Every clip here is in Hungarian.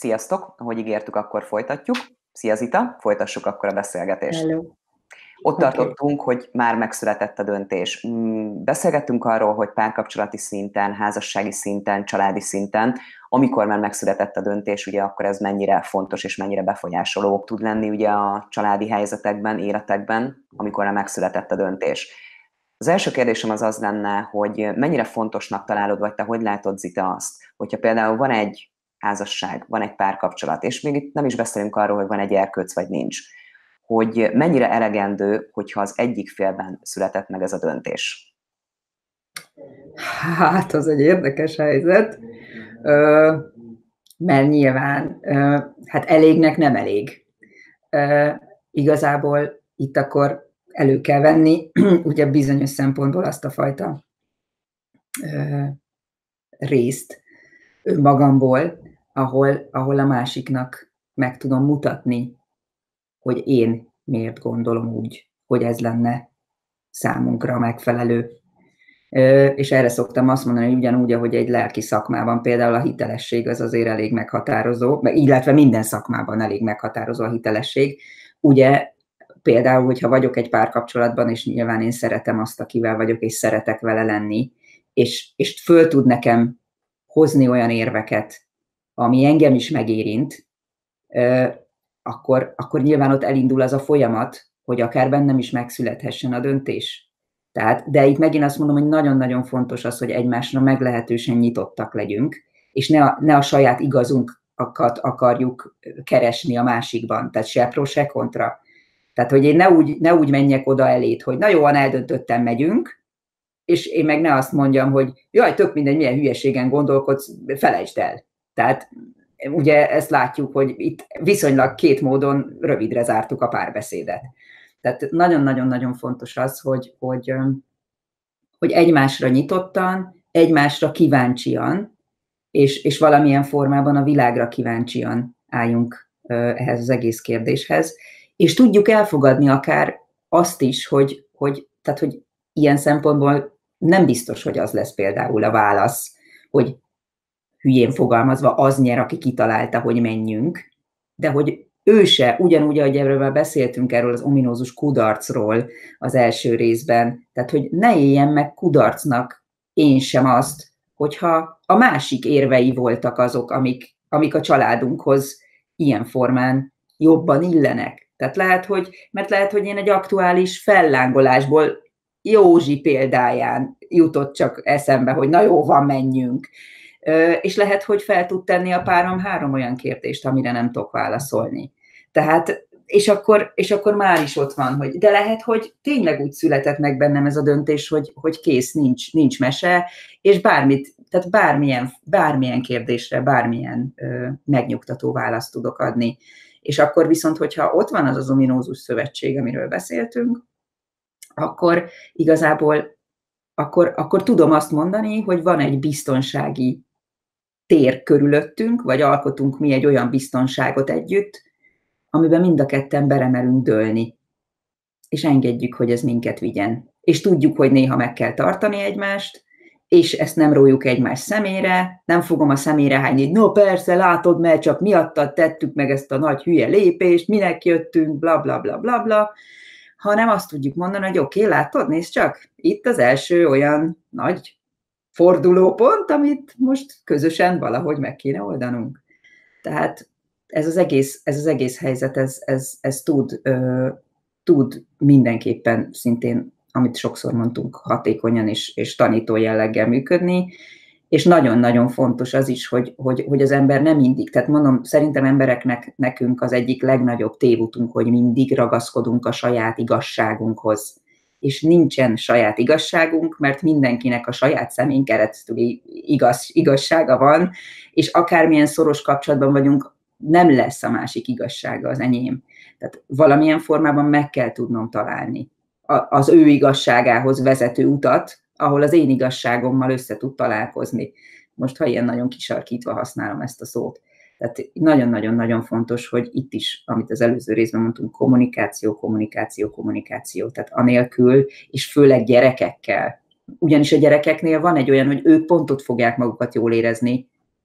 Sziasztok! Ahogy ígértük, akkor folytatjuk. Szia Zita, folytassuk akkor a beszélgetést. Hello. Ott Oké. tartottunk, hogy már megszületett a döntés. Beszélgettünk arról, hogy párkapcsolati szinten, házassági szinten, családi szinten, amikor már megszületett a döntés, ugye akkor ez mennyire fontos és mennyire befolyásoló tud lenni ugye a családi helyzetekben, életekben, amikor már megszületett a döntés. Az első kérdésem az lenne, hogy mennyire fontosnak találod, vagy te hogy látod, Zita, azt, hogyha például van egy házasság, van egy párkapcsolat, és még itt nem is beszélünk arról, hogy van egy erkölc, vagy nincs, hogy mennyire elegendő, hogyha az egyik félben született meg ez a döntés? Hát, az egy érdekes helyzet, mert nyilván, hát elégnek nem elég. Igazából itt akkor elő kell venni, ugye bizonyos szempontból azt a fajta részt magamból, ahol a másiknak meg tudom mutatni, hogy én miért gondolom úgy, hogy ez lenne számunkra megfelelő. És erre szoktam azt mondani, hogy ugyanúgy, ahogy egy lelki szakmában például a hitelesség az azért elég meghatározó, illetve minden szakmában elég meghatározó a hitelesség. Ugye például, hogyha vagyok egy párkapcsolatban, és nyilván én szeretem azt, akivel vagyok, és szeretek vele lenni, és föl tud nekem hozni olyan érveket, ami engem is megérint, akkor nyilván ott elindul az a folyamat, hogy akár bennem is megszülethessen a döntés. Tehát, de itt megint azt mondom, hogy nagyon-nagyon fontos az, hogy egymásra meglehetősen nyitottak legyünk, és ne a saját igazunkat akarjuk keresni a másikban, tehát se pro, se kontra. Tehát, hogy én ne úgy menjek oda elét, hogy na jó, eldöntöttem, megyünk, és én meg ne azt mondjam, hogy jaj, tök mindegy, milyen hülyeségen gondolkodsz, felejtsd el. Tehát ugye ezt látjuk, hogy itt viszonylag két módon rövidre zártuk a párbeszédet. Tehát nagyon-nagyon-nagyon fontos az, hogy egymásra nyitottan, egymásra kíváncsian, és valamilyen formában a világra kíváncsian álljunk ehhez az egész kérdéshez, és tudjuk elfogadni akár azt is, hogy ilyen szempontból nem biztos, hogy az lesz például a válasz, hogy hülyén fogalmazva az nyer, aki kitalálta, hogy menjünk, de hogy ő se, ugyanúgy, ahogy erről már beszéltünk, erről az ominózus kudarcról az első részben, tehát hogy ne éljen meg kudarcnak én sem azt, hogyha a másik érvei voltak azok, amik a családunkhoz ilyen formán jobban illenek. Tehát lehet, hogy én egy aktuális fellángolásból Józsi példáján jutott csak eszembe, hogy na jó, van, menjünk. És lehet, hogy fel tud tenni a párom 3 olyan kérdést, amire nem tudok válaszolni. Tehát, és akkor már is ott van, hogy de lehet, hogy tényleg úgy született meg bennem ez a döntés, hogy kész, nincs mese, és tehát bármilyen kérdésre, bármilyen megnyugtató választ tudok adni. És akkor viszont, hogyha ott van az az ominózus szövetség, amiről beszéltünk, akkor igazából akkor tudom azt mondani, hogy van egy biztonsági tér körülöttünk, vagy alkotunk mi egy olyan biztonságot együtt, amiben mind a ketten belemerünk dőlni, és engedjük, hogy ez minket vigyen. És tudjuk, hogy néha meg kell tartani egymást, és ezt nem rójuk egymás szemére, nem fogom a szemére hányni, hogy no persze, látod, mert csak miattad tettük meg ezt a nagy hülye lépést, minek jöttünk, bla bla bla bla bla, hanem azt tudjuk mondani, hogy oké, látod, nézd csak, itt az első olyan nagy fordulópont, amit most közösen valahogy meg kéne oldanunk. Tehát ez az egész helyzet, ez tud mindenképpen szintén, amit sokszor mondtunk, hatékonyan és tanító jelleggel működni, és nagyon-nagyon fontos az is, hogy az ember nem mindig, tehát mondom, szerintem embereknek, nekünk az egyik legnagyobb tévútunk, hogy mindig ragaszkodunk a saját igazságunkhoz. És nincsen saját igazságunk, mert mindenkinek a saját szemén keresztüli igazsága van, és akármilyen szoros kapcsolatban vagyunk, nem lesz a másik igazsága az enyém. Tehát valamilyen formában meg kell tudnom találni az ő igazságához vezető utat, ahol az én igazságommal össze tud találkozni. Most, ha ilyen nagyon kisarkítva használom ezt a szót. Tehát nagyon-nagyon-nagyon fontos, hogy itt is, amit az előző részben mondtunk, kommunikáció. Tehát anélkül, és főleg gyerekekkel. Ugyanis a gyerekeknél van egy olyan, hogy ők pont ott fogják magukat jól érezni,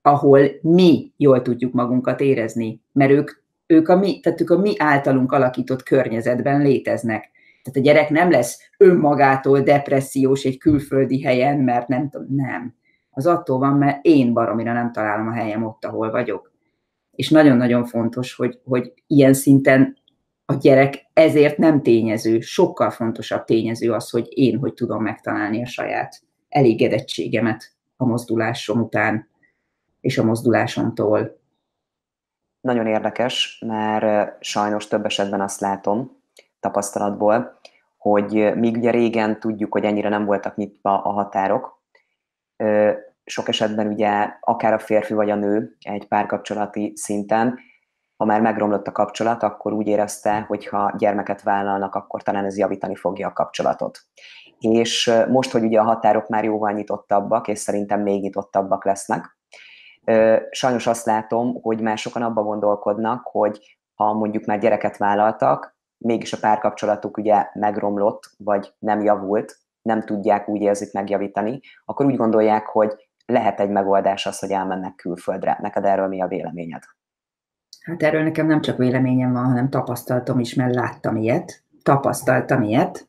ahol mi jól tudjuk magunkat érezni, mert ők a mi általunk alakított környezetben léteznek. Tehát a gyerek nem lesz önmagától depressziós egy külföldi helyen, mert nem tudom, nem. Az attól van, mert én baromira nem találom a helyem ott, ahol vagyok. És nagyon-nagyon fontos, hogy ilyen szinten a gyerek ezért nem tényező, sokkal fontosabb tényező az, hogy én hogy tudom megtalálni a saját elégedettségemet a mozdulásom után és a mozdulásomtól. Nagyon érdekes, mert sajnos több esetben azt látom tapasztalatból, hogy míg ugye régen tudjuk, hogy ennyire nem voltak nyitva a határok, sok esetben ugye akár a férfi vagy a nő egy párkapcsolati szinten, ha már megromlott a kapcsolat, akkor úgy érezte, hogy ha gyermeket vállalnak, akkor talán ez javítani fogja a kapcsolatot. És most, hogy ugye a határok már jóval nyitottabbak, és szerintem még nyitottabbak lesznek, sajnos azt látom, hogy már sokan abba gondolkodnak, hogy ha mondjuk már gyereket vállaltak, mégis a párkapcsolatuk ugye megromlott, vagy nem javult, nem tudják, úgy érzik megjavítani, akkor úgy gondolják, hogy lehet egy megoldás az, hogy elmennek külföldre. Neked erről mi a véleményed? Hát erről nekem nem csak véleményem van, hanem tapasztaltam is, mert láttam ilyet. Tapasztaltam ilyet.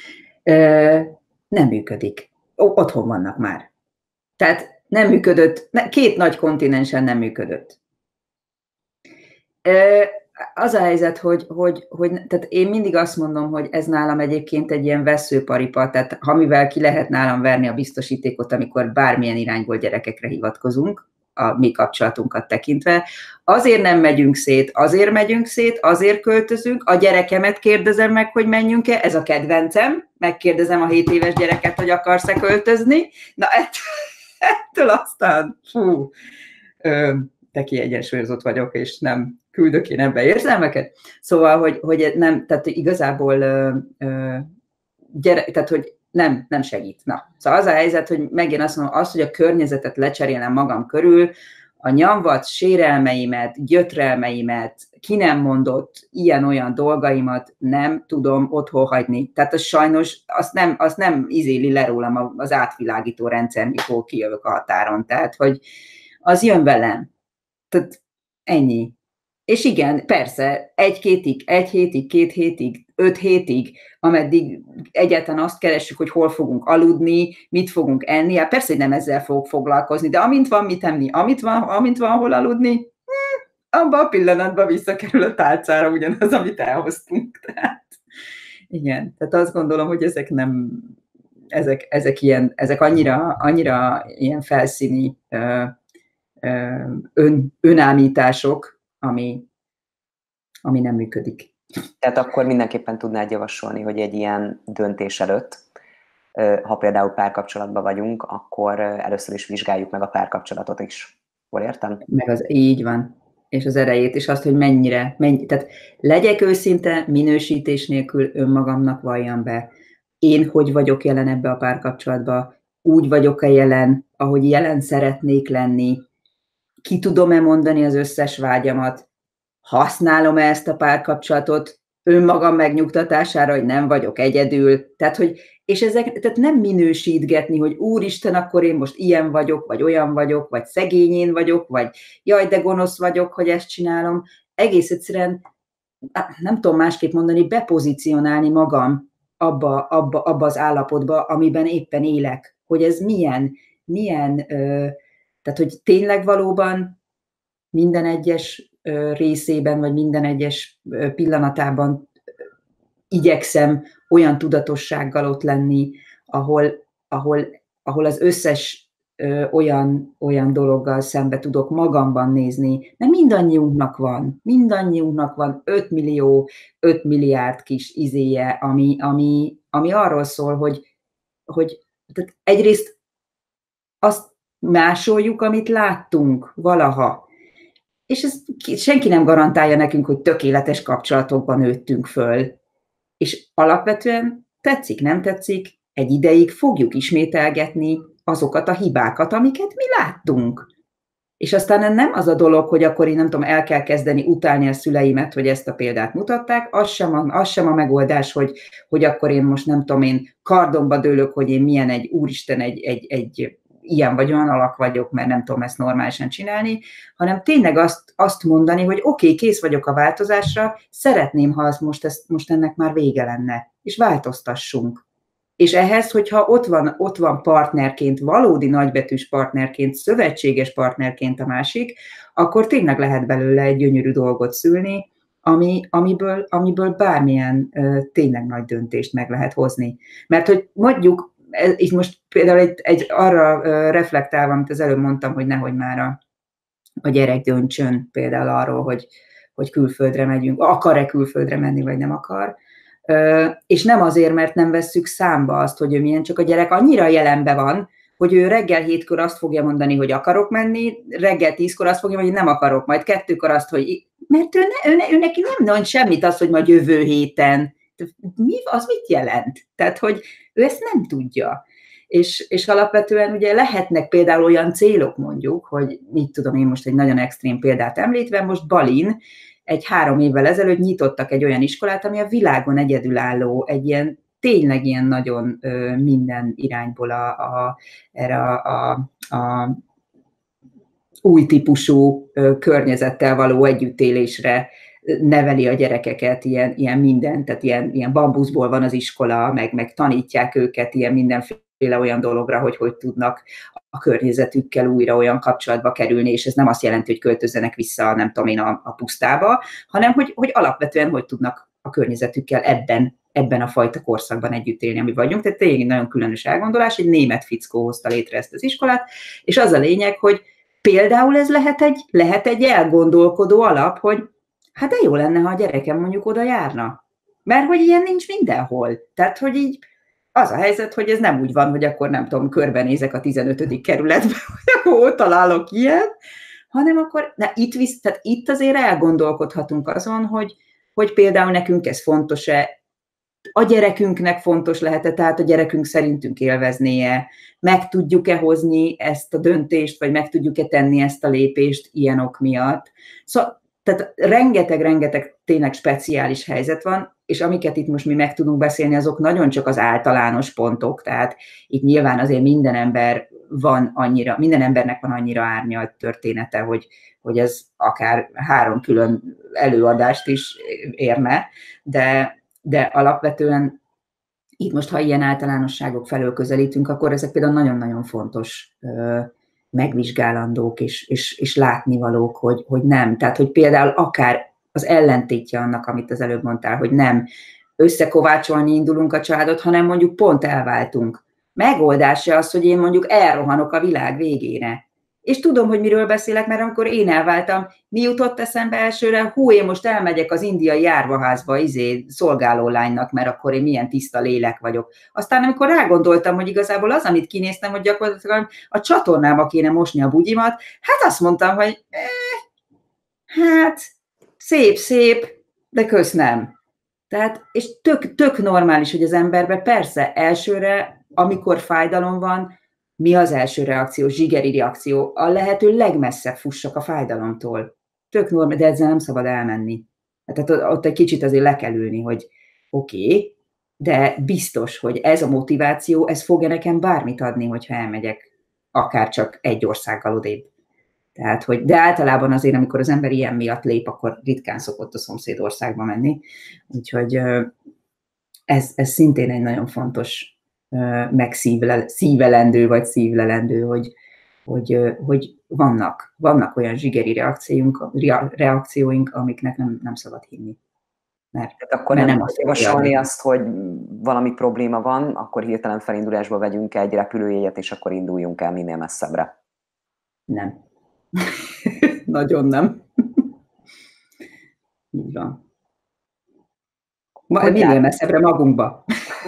Nem működik. Otthon vannak már. Tehát nem működött, 2 nagy kontinensen nem működött. Az a helyzet, hogy tehát én mindig azt mondom, hogy ez nálam egyébként egy ilyen vesszőparipa, tehát amivel ki lehet nálam verni a biztosítékot, amikor bármilyen irányból gyerekekre hivatkozunk, a mi kapcsolatunkat tekintve. Azért nem megyünk szét, azért költözünk, a gyerekemet kérdezem meg, hogy menjünk-e, ez a kedvencem, megkérdezem a 7 éves gyereket, hogy akarsz-e költözni, na ettől aztán, te kiegyensúlyozott vagyok, és nem küldök én ebbe érzelmeket. Szóval, hogy nem, tehát igazából tehát, hogy nem segít. Na. Szóval az a helyzet, hogy megint azt mondom, az, hogy a környezetet lecserélem magam körül, a nyomvat, sérelmeimet, gyötrelmeimet, ki nem mondott ilyen-olyan dolgaimat nem tudom otthon hagyni. Tehát az sajnos, azt nem izéli le rólam az átvilágító rendszer, mikor kijövök a határon. Tehát, hogy az jön velem. Tehát ennyi. És igen, persze, 1 hétig, 2 hétig, 5 hétig, ameddig egyáltalán azt keressük, hogy hol fogunk aludni, mit fogunk enni, hát persze, hogy nem ezzel fogok foglalkozni, de amint van mit enni, amint van hol aludni, abban a pillanatban visszakerül a tálcára ugyanaz, amit elhoztunk. Tehát, igen, tehát azt gondolom, hogy ezek nem, ezek annyira ilyen felszíni önállítások, ami nem működik. Tehát akkor mindenképpen tudnád javasolni, hogy egy ilyen döntés előtt, ha például párkapcsolatban vagyunk, akkor először is vizsgáljuk meg a párkapcsolatot is. Hol értem? Meg így van. És az erejét, és azt, hogy mennyire, tehát legyek őszinte, minősítés nélkül önmagamnak valljam be. Én hogy vagyok jelen ebbe a párkapcsolatba, úgy vagyok-e jelen, ahogy jelen szeretnék lenni, ki tudom-e mondani az összes vágyamat, használom-e ezt a párkapcsolatot önmagam megnyugtatására, hogy nem vagyok egyedül, tehát nem minősítgetni, hogy úristen, akkor én most ilyen vagyok, vagy olyan vagyok, vagy szegényén vagyok, vagy jaj, de gonosz vagyok, hogy ezt csinálom. Egész egyszerűen, nem tudom másképp mondani, bepozícionálni magam abba az állapotba, amiben éppen élek, hogy ez milyen tehát, hogy tényleg valóban minden egyes részében, vagy minden egyes pillanatában igyekszem olyan tudatossággal ott lenni, ahol az összes olyan dologgal szembe tudok magamban nézni, mert mindannyiunknak van 5 millió, 5 milliárd kis izéje, ami arról szól, hogy tehát egyrészt azt másoljuk, amit láttunk valaha. És ez senki nem garantálja nekünk, hogy tökéletes kapcsolatokban nőttünk föl. És alapvetően tetszik, nem tetszik, egy ideig fogjuk ismételgetni azokat a hibákat, amiket mi láttunk. És aztán nem az a dolog, hogy akkor én nem tudom, el kell kezdeni utálni a szüleimet, hogy ezt a példát mutatták, az sem a megoldás, hogy akkor én most nem tudom, én kardomba dőlök, hogy én milyen egy úristen, egy ilyen vagy olyan alak vagyok, mert nem tudom ezt normálisan csinálni, hanem tényleg azt mondani, hogy oké, kész vagyok a változásra, szeretném, ha most ennek már vége lenne, és változtassunk. És ehhez, hogyha ott van partnerként, valódi nagybetűs partnerként, szövetséges partnerként a másik, akkor tényleg lehet belőle egy gyönyörű dolgot szülni, amiből bármilyen tényleg nagy döntést meg lehet hozni. Mert hogy mondjuk, itt most például arra reflektálva, amit az előbb mondtam, hogy nehogy már a gyerek döntsön például arról, hogy külföldre megyünk, akar-e külföldre menni, vagy nem akar. És nem azért, mert nem vesszük számba azt, hogy ő milyen, csak a gyerek annyira jelenben van, hogy ő reggel 7-kor azt fogja mondani, hogy akarok menni, reggel 10-kor azt fogja mondani, hogy nem akarok, majd 2-kor azt, hogy... Mert ő neki nem mond semmit az, hogy majd jövő héten. Az mit jelent? Tehát, hogy ő ezt nem tudja. És alapvetően ugye lehetnek például olyan célok mondjuk, hogy mit tudom én most egy nagyon extrém példát említve, most Balin 3 évvel ezelőtt nyitottak egy olyan iskolát, ami a világon egyedülálló, egy ilyen tényleg ilyen nagyon minden irányból erre a új típusú környezettel való együttélésre neveli a gyerekeket, ilyen minden, tehát ilyen bambuszból van az iskola, meg tanítják őket ilyen mindenféle olyan dologra, hogy tudnak a környezetükkel újra olyan kapcsolatba kerülni, és ez nem azt jelenti, hogy költözzenek vissza, nem tudom én, a pusztába, hanem hogy alapvetően hogy tudnak a környezetükkel ebben a fajta korszakban együtt élni, ami vagyunk. Tehát tényleg egy nagyon különös elgondolás, egy német fickó hozta létre ezt az iskolát, és az a lényeg, hogy például ez lehet egy elgondolkodó alap, hogy hát de jó lenne, ha a gyerekem mondjuk oda járna. Mert hogy ilyen nincs mindenhol. Tehát, hogy így az a helyzet, hogy ez nem úgy van, hogy akkor nem tudom, körbenézek a 15. kerületbe, hogy akkor ott találok ilyen, hanem akkor, tehát itt azért elgondolkodhatunk azon, hogy például nekünk ez fontos-e, a gyerekünknek fontos lehet-e, tehát a gyerekünk szerintünk élveznie, meg tudjuk-e hozni ezt a döntést, vagy meg tudjuk-e tenni ezt a lépést ilyen ok miatt. Szóval, tehát rengeteg tényleg speciális helyzet van, és amiket itt most mi meg tudunk beszélni, azok nagyon csak az általános pontok, tehát itt nyilván azért minden embernek van annyira árnyalt története, hogy ez akár 3 külön előadást is érne, de alapvetően itt most, ha ilyen általánosságok felől közelítünk, akkor ezek például nagyon-nagyon fontos megvizsgálandók és látnivalók, hogy nem. Tehát, hogy például akár az ellentétje annak, amit az előbb mondtál, hogy nem összekovácsolni indulunk a családot, hanem mondjuk pont elváltunk. Megoldása az, hogy én mondjuk elrohanok a világ végére. És tudom, hogy miről beszélek, mert amikor én elváltam, mi jutott eszembe elsőre, én most elmegyek az indiai árvaházba szolgálólánynak, mert akkor én milyen tiszta lélek vagyok. Aztán amikor rágondoltam, hogy igazából az, amit kinéztem, hogy gyakorlatilag a csatornába kéne mosni a bugyimat, hát azt mondtam, hogy hát szép, de kösz nem. Tehát, és tök normális, hogy az emberben persze elsőre, amikor fájdalom van, mi az első reakció? Zsigeri reakció. A lehető legmesszebb fussak a fájdalomtól. Tök normális, de ezzel nem szabad elmenni. Tehát ott egy kicsit azért le kell ülni, hogy oké, de biztos, hogy ez a motiváció, ez fogja nekem bármit adni, hogyha elmegyek akár csak egy országgal odébb. Tehát, de általában azért, amikor az ember ilyen miatt lép, akkor ritkán szokott a szomszédországba menni. Úgyhogy ez szintén egy nagyon fontos megszívelendő, vagy szívlelendő, hogy vannak olyan zsigeri reakcióink, amiknek nem szabad hinni. Tehát akkor nem azt javasolni azt, hogy valami probléma van, akkor hirtelen felindulásba vegyünk egy repülőjegyet, és akkor induljunk el minél messzebbre. Nem. Nagyon nem. Így van. Minél messzebbre magunkba.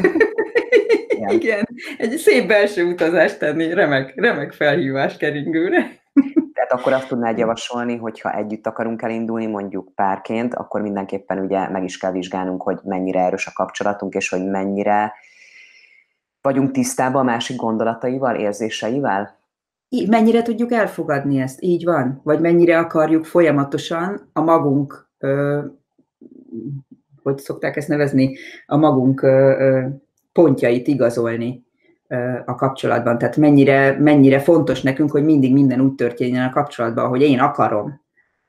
Igen, egy szép belső utazást tenni, remek felhívás keringőre. Tehát akkor azt tudnád javasolni, hogy ha együtt akarunk elindulni, mondjuk párként, akkor mindenképpen ugye meg is kell vizsgálnunk, hogy mennyire erős a kapcsolatunk, és hogy mennyire vagyunk tisztában a másik gondolataival, érzéseivel? Mennyire tudjuk elfogadni ezt, így van? Vagy mennyire akarjuk folyamatosan a magunk, hogy szokták ezt nevezni, a magunk pontjait igazolni. a kapcsolatban. Tehát mennyire fontos nekünk, hogy mindig minden úgy történjen a kapcsolatban, ahogy én akarom.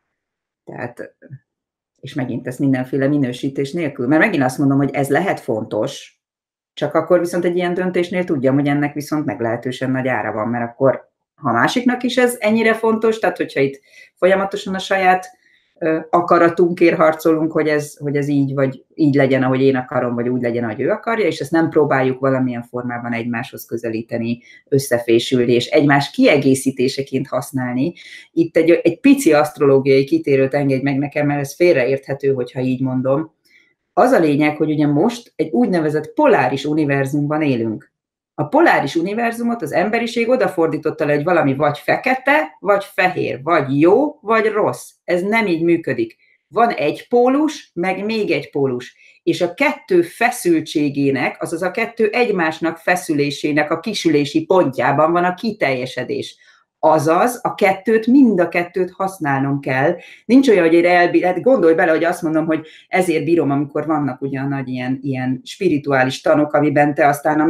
Tehát, és megint ezt mindenféle minősítés nélkül. Mert megint azt mondom, hogy ez lehet fontos, csak akkor viszont egy ilyen döntésnél tudjam, hogy ennek viszont meglehetősen nagy ára van, mert akkor, ha a másiknak is ez ennyire fontos, tehát hogyha itt folyamatosan a saját akaratunkért harcolunk, hogy ez így, vagy így legyen, ahogy én akarom, vagy úgy legyen, ahogy ő akarja, és ezt nem próbáljuk valamilyen formában egymáshoz közelíteni, összefésülni, és egymás kiegészítéseként használni. Itt egy pici asztrológiai kitérőt engedj meg nekem, mert ez félreérthető, hogyha így mondom. Az a lényeg, hogy ugye most egy úgynevezett poláris univerzumban élünk. A poláris univerzumot az emberiség odafordította le, hogy valami vagy fekete, vagy fehér, vagy jó, vagy rossz. Ez nem így működik. Van egy pólus, meg még egy pólus. És a kettő feszültségének, azaz a kettő egymásnak feszülésének a kisülési pontjában van a kiteljesedés. Azaz mind a kettőt használnom kell. Nincs olyan, hogy én gondolj bele, hogy azt mondom, hogy ezért bírom, amikor vannak ugyan nagy ilyen spirituális tanok, amiben te aztán a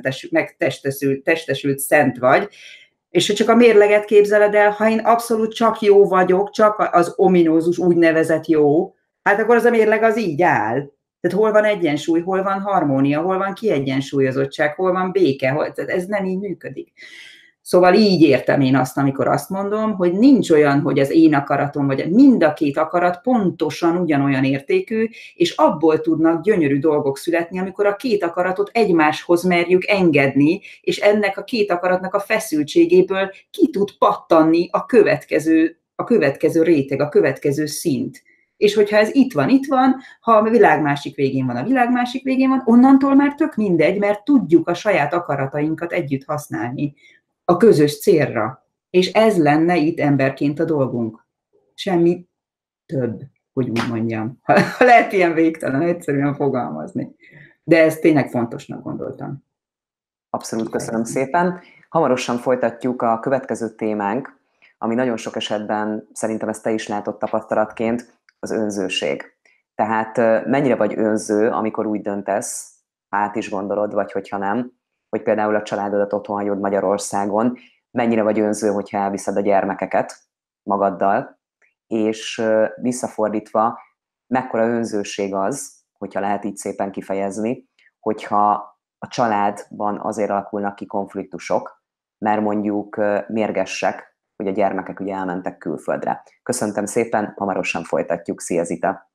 megtestesült szent vagy, és hogy csak a mérleget képzeled el, ha én abszolút csak jó vagyok, csak az ominózus úgynevezett jó, hát akkor az a mérleg az így áll. Tehát hol van egyensúly, hol van harmónia, hol van kiegyensúlyozottság, hol van béke, ez nem így működik. Szóval így értem én azt, amikor azt mondom, hogy nincs olyan, hogy az én akaratom, vagy mind a két akarat pontosan ugyanolyan értékű, és abból tudnak gyönyörű dolgok születni, amikor a két akaratot egymáshoz merjük engedni, és ennek a két akaratnak a feszültségéből ki tud pattanni a következő réteg, a következő szint. És hogyha ez itt van, ha a világ másik végén van, a világ másik végén van, onnantól már tök mindegy, mert tudjuk a saját akaratainkat együtt használni a közös célra. És ez lenne itt emberként a dolgunk. Semmi több, hogy úgy mondjam. Ha lehet ilyen végtelen egyszerűen fogalmazni. De ezt tényleg fontosnak gondoltam. Abszolút, köszönöm szépen. Hamarosan folytatjuk a következő témánk, ami nagyon sok esetben, szerintem ezt te is látod tapasztalatként, az önzőség. Tehát mennyire vagy önző, amikor úgy döntesz, át is gondolod, vagy hogyha nem, hogy például a családodat otthon hagyod Magyarországon, mennyire vagy önző, hogyha elviszed a gyermekeket magaddal, és visszafordítva, mekkora önzőség az, hogyha lehet így szépen kifejezni, hogyha a családban azért alakulnak ki konfliktusok, mert mondjuk mérgesek, hogy a gyermekek ugye elmentek külföldre. Köszöntöm szépen, hamarosan folytatjuk. Szia, Zita!